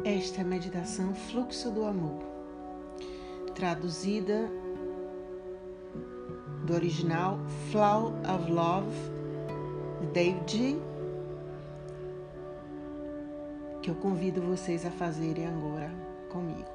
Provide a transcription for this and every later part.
Esta é a meditação Fluxo do Amor, traduzida do original Flow of Love, de David, que eu convido vocês a fazerem agora comigo.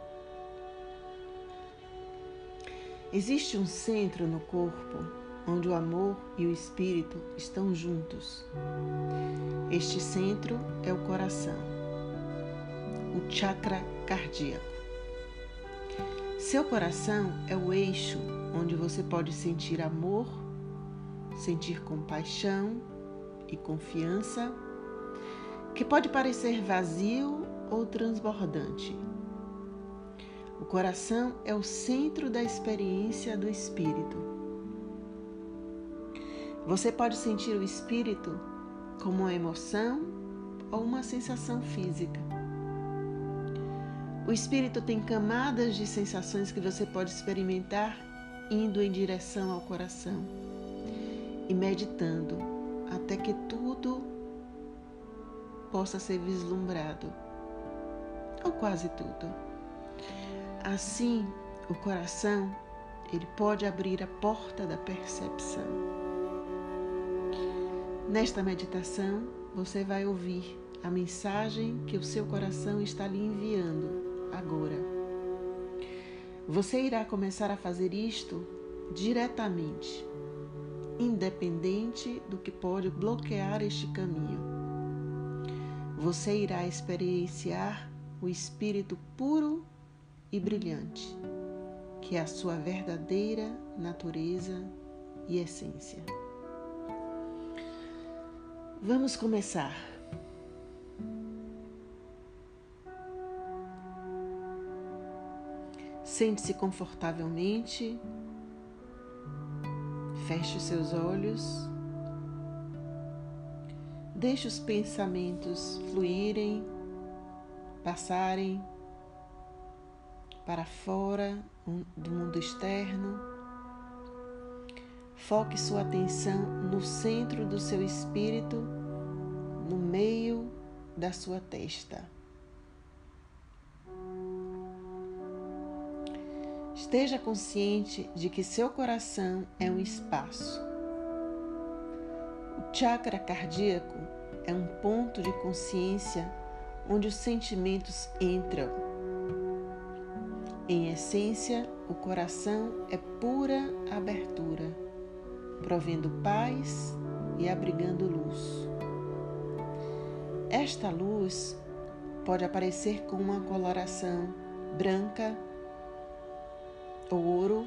Existe um centro no corpo onde o amor e o espírito estão juntos. Este centro é o coração, o chakra cardíaco. Seu coração é o eixo onde você pode sentir amor, sentir compaixão e confiança, que pode parecer vazio ou transbordante. O coração é o centro da experiência do espírito. Você pode sentir o espírito como uma emoção ou uma sensação física. O espírito tem camadas de sensações que você pode experimentar indo em direção ao coração e meditando até que tudo possa ser vislumbrado, ou quase tudo. Assim, o coração, ele pode abrir a porta da percepção. Nesta meditação, você vai ouvir a mensagem que o seu coração está lhe enviando agora. Você irá começar a fazer isto diretamente, independente do que pode bloquear este caminho. Você irá experienciar o espírito puro e brilhante, que é a sua verdadeira natureza e essência. Vamos começar. Sente-se confortavelmente, feche os seus olhos, deixe os pensamentos fluírem, passarem para fora do mundo externo. Foque sua atenção no centro do seu espírito, no meio da sua testa. Esteja consciente de que seu coração é um espaço. O chakra cardíaco é um ponto de consciência onde os sentimentos entram. Em essência, o coração é pura abertura, provendo paz e abrigando luz. Esta luz pode aparecer com uma coloração branca, ouro,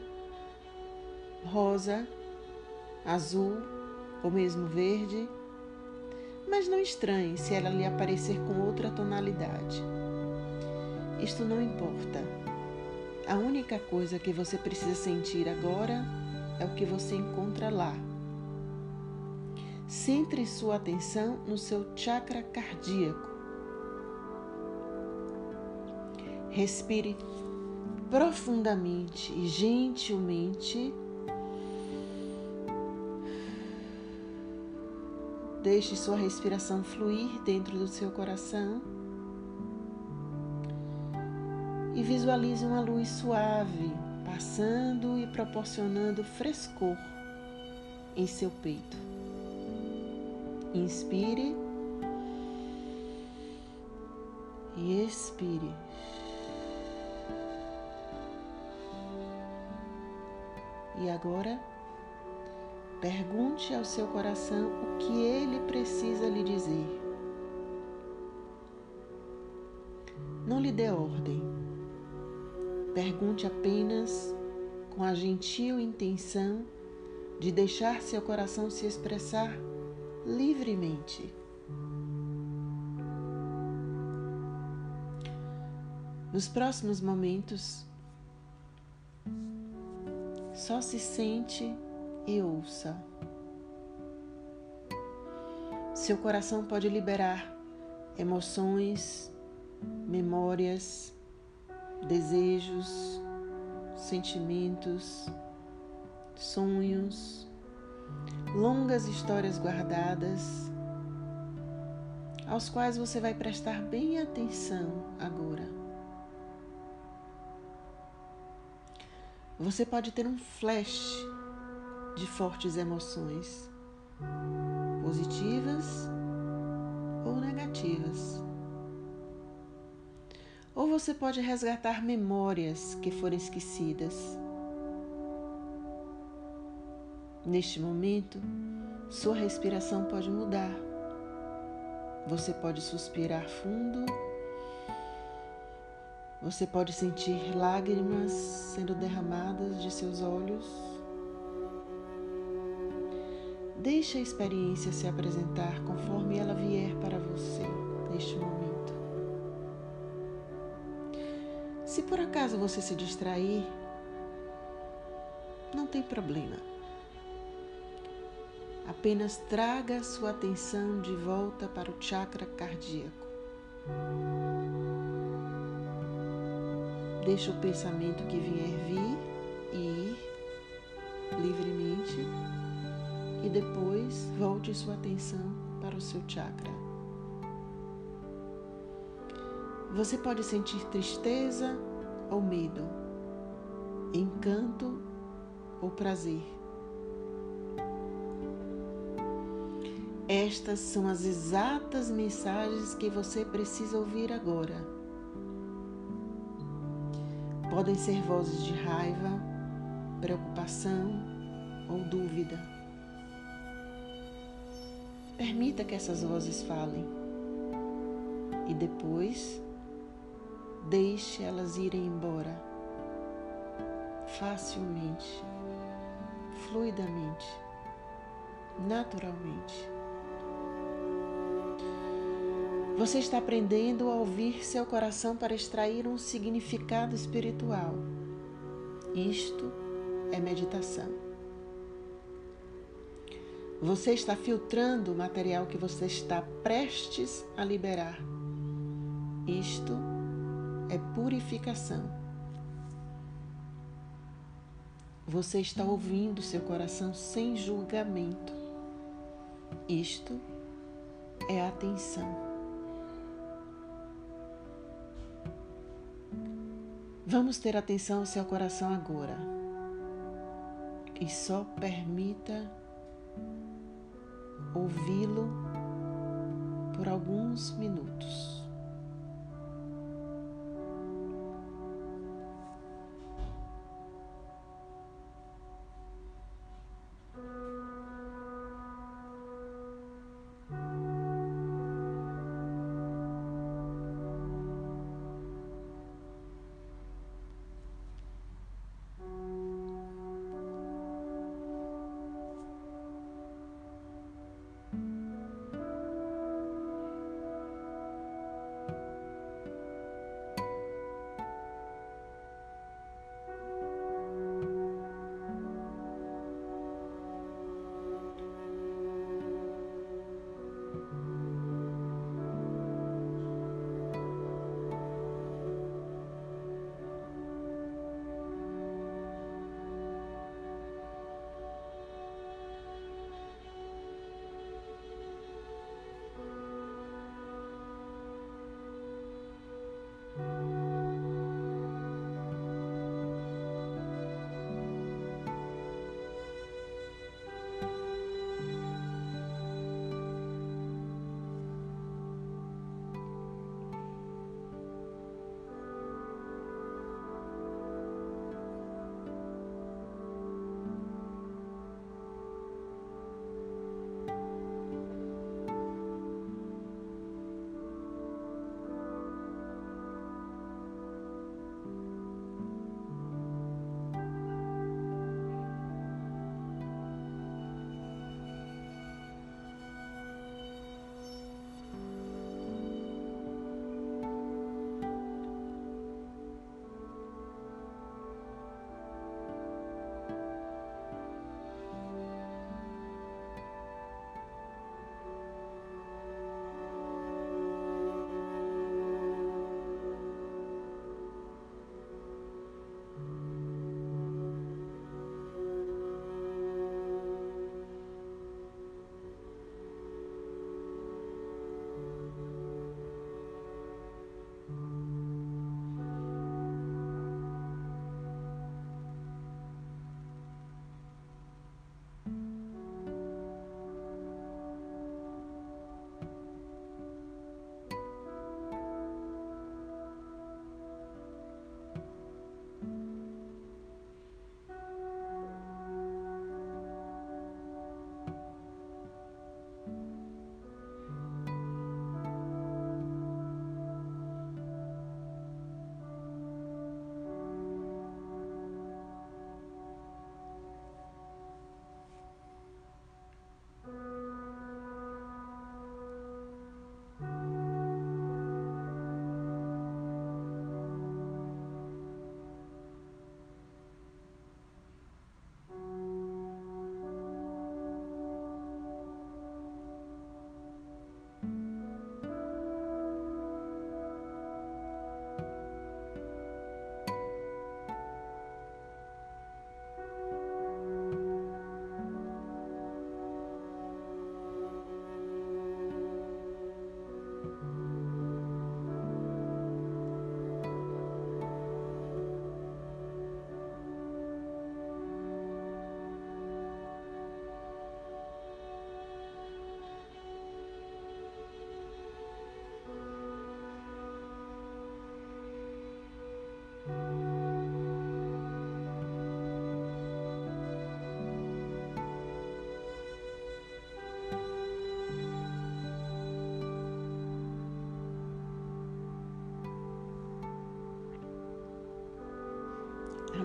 rosa, azul ou mesmo verde, mas não estranhe se ela lhe aparecer com outra tonalidade. Isto não importa. A única coisa que você precisa sentir agora é o que você encontra lá. Centre sua atenção no seu chakra cardíaco. Respire profundamente e gentilmente. Deixe sua respiração fluir dentro do seu coração e visualize uma luz suave passando e proporcionando frescor em seu peito. Inspire e expire. E agora, pergunte ao seu coração o que ele precisa lhe dizer. Não lhe dê ordem. Pergunte apenas com a gentil intenção de deixar seu coração se expressar livremente. Nos próximos momentos, só se sente e ouça. Seu coração pode liberar emoções, memórias, desejos, sentimentos, sonhos, longas histórias guardadas, aos quais você vai prestar bem atenção agora. Você pode ter um flash de fortes emoções, positivas ou negativas. Ou você pode resgatar memórias que foram esquecidas. Neste momento, sua respiração pode mudar. Você pode suspirar fundo. Você pode sentir lágrimas sendo derramadas de seus olhos. Deixe a experiência se apresentar conforme ela vier para você neste momento. Se por acaso você se distrair, não tem problema. Apenas traga sua atenção de volta para o chakra cardíaco. Deixe o pensamento que vier vir e ir livremente e depois volte sua atenção para o seu chakra. Você pode sentir tristeza ou medo, encanto ou prazer. Estas são as exatas mensagens que você precisa ouvir agora. Podem ser vozes de raiva, preocupação ou dúvida. Permita que essas vozes falem e depois deixe elas irem embora, facilmente, fluidamente, naturalmente. Você está aprendendo a ouvir seu coração para extrair um significado espiritual. Isto é meditação. Você está filtrando o material que você está prestes a liberar. Isto é purificação. Você está ouvindo seu coração sem julgamento. Isto é atenção. Vamos ter atenção ao seu coração agora. E só permita ouvi-lo por alguns minutos.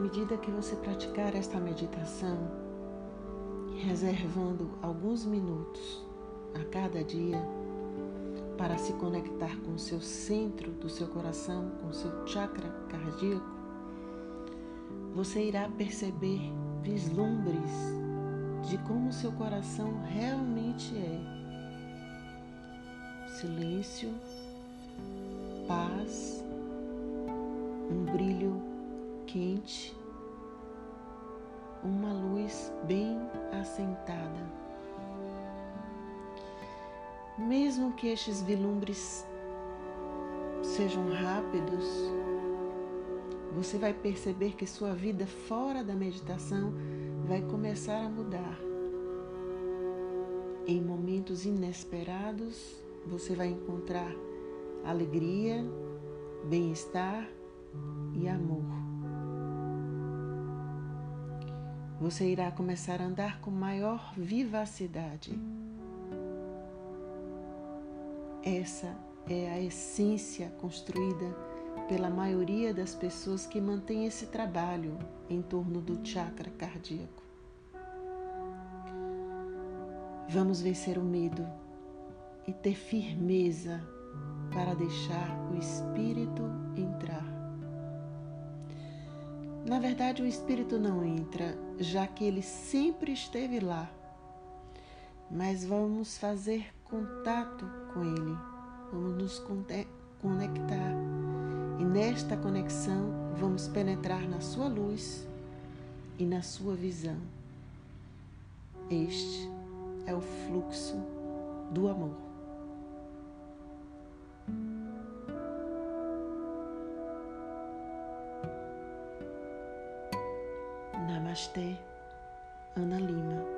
medida que você praticar esta meditação, reservando alguns minutos a cada dia para se conectar com o seu centro do seu coração, com o seu chakra cardíaco, você irá perceber vislumbres de como o seu coração realmente é. Silêncio, paz, um brilho quente, uma luz bem assentada. Mesmo que estes vislumbres sejam rápidos, você vai perceber que sua vida fora da meditação vai começar a mudar. Em momentos inesperados, você vai encontrar alegria, bem-estar e amor. Você irá começar a andar com maior vivacidade. Essa é a essência construída pela maioria das pessoas que mantém esse trabalho em torno do chakra cardíaco. Vamos vencer o medo e ter firmeza para deixar o espírito entrar. Na verdade, o espírito não entra, já que ele sempre esteve lá. Mas vamos fazer contato com ele, vamos nos conectar. E nesta conexão, vamos penetrar na sua luz e na sua visão. Este é o fluxo do amor. Namastê, Ana Lima.